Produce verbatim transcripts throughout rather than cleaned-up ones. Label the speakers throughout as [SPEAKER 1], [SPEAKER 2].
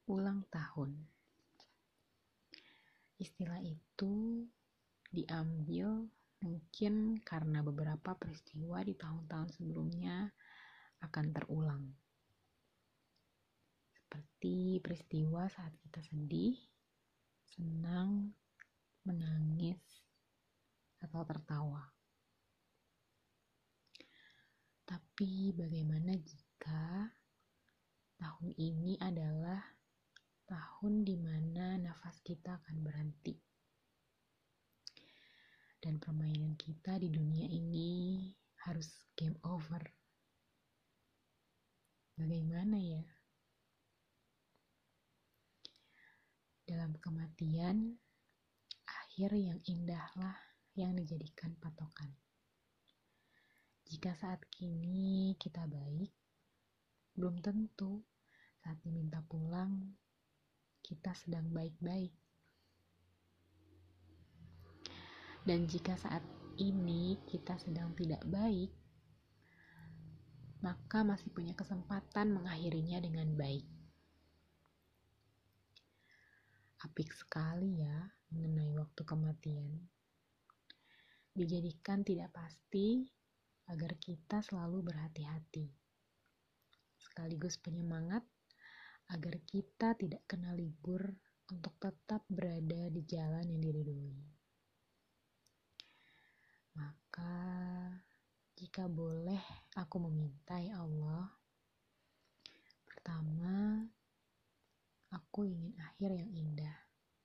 [SPEAKER 1] Ulang tahun. Istilah itu diambil mungkin karena beberapa peristiwa di tahun-tahun sebelumnya akan terulang. Seperti peristiwa saat kita sedih, senang, menangis, atau tertawa. Tapi bagaimana jika tahun ini adalah tahun di mana nafas kita akan berhenti? Dan permainan kita di dunia ini harus game over. Bagaimana ya? Dalam kematian, akhir yang indahlah yang dijadikan patokan. Jika saat kini kita baik, belum tentu saat diminta pulang kita sedang baik-baik. Dan jika saat ini kita sedang tidak baik, maka masih punya kesempatan mengakhirinya dengan baik. Apik sekali ya mengenai waktu kematian. Dijadikan tidak pasti agar kita selalu berhati-hati. Sekaligus penyemangat agar kita tidak kena libur untuk tetap berada di jalan yang diridhoi. Maka jika boleh aku meminta ya Allah, pertama aku ingin akhir yang indah,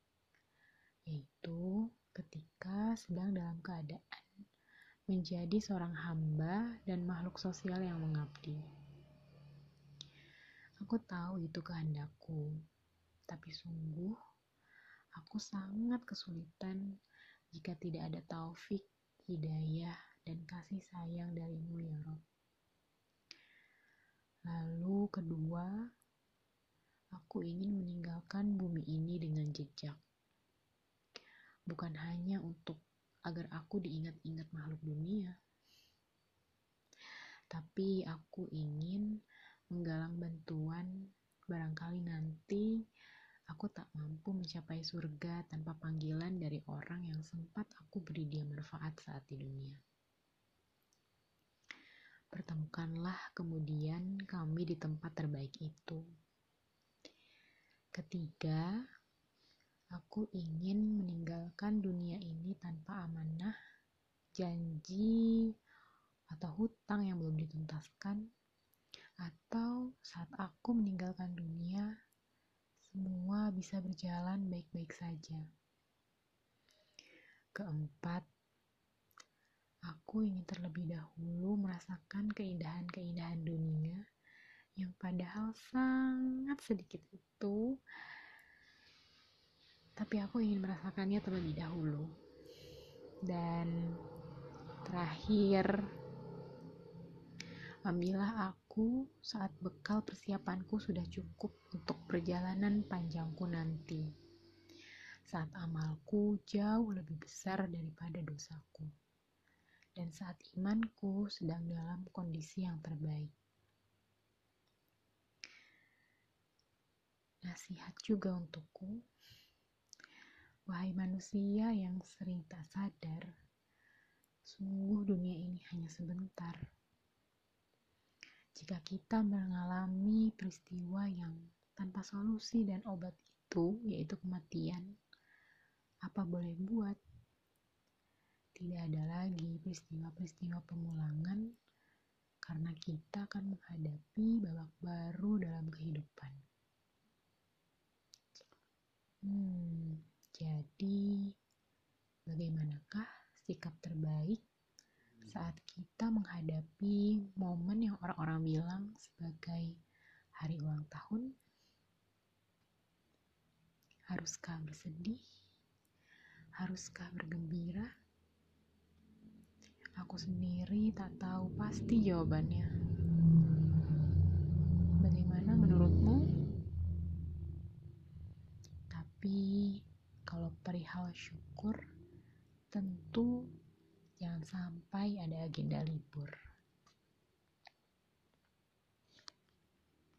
[SPEAKER 1] yaitu ketika sedang dalam keadaan menjadi seorang hamba dan makhluk sosial yang mengabdi. Aku tahu itu kehendakku, tapi sungguh aku sangat kesulitan jika tidak ada taufik, hidayah, dan kasih sayang darimu ya Rob. Lalu kedua, aku ingin meninggalkan bumi ini dengan jejak. Bukan hanya untuk agar aku diingat-ingat makhluk dunia, tapi aku ingin menggalang bantuan barangkali nanti aku tak mampu mencapai surga tanpa panggilan dari orang yang sempat aku beri dia manfaat saat di dunia. Pertemukanlah kemudian kami di tempat terbaik itu. Ketiga, aku ingin meninggalkan dunia ini tanpa amanah, janji, atau hutang yang belum dituntaskan, atau saat aku meninggalkan dunia, semua bisa berjalan baik-baik saja. Keempat, aku ingin terlebih dahulu merasakan keindahan-keindahan dunia yang padahal sangat sedikit itu, tapi aku ingin merasakannya terlebih dahulu. Dan terakhir, ambillah aku saat bekal persiapanku sudah cukup untuk perjalanan panjangku nanti. Saat amalku jauh lebih besar daripada dosaku. Dan saat imanku sedang dalam kondisi yang terbaik. Nasihat juga untukku. Wahai manusia yang sering tak sadar, sungguh dunia ini hanya sebentar. Jika kita mengalami peristiwa yang tanpa solusi dan obat itu, yaitu kematian, apa boleh buat? Tidak ada lagi peristiwa-peristiwa pemulangan, karena kita akan menghadapi babak baru dalam kehidupan. Hmm, jadi bagaimanakah sikap terbaik saat kita menghadapi momen yang orang-orang bilang sebagai hari ulang tahun? Haruskah bersedih? Haruskah bergembira? Aku sendiri tak tahu pasti jawabannya. Bagaimana menurutmu? Tapi kalau perihal syukur, tentu jangan sampai ada agenda libur.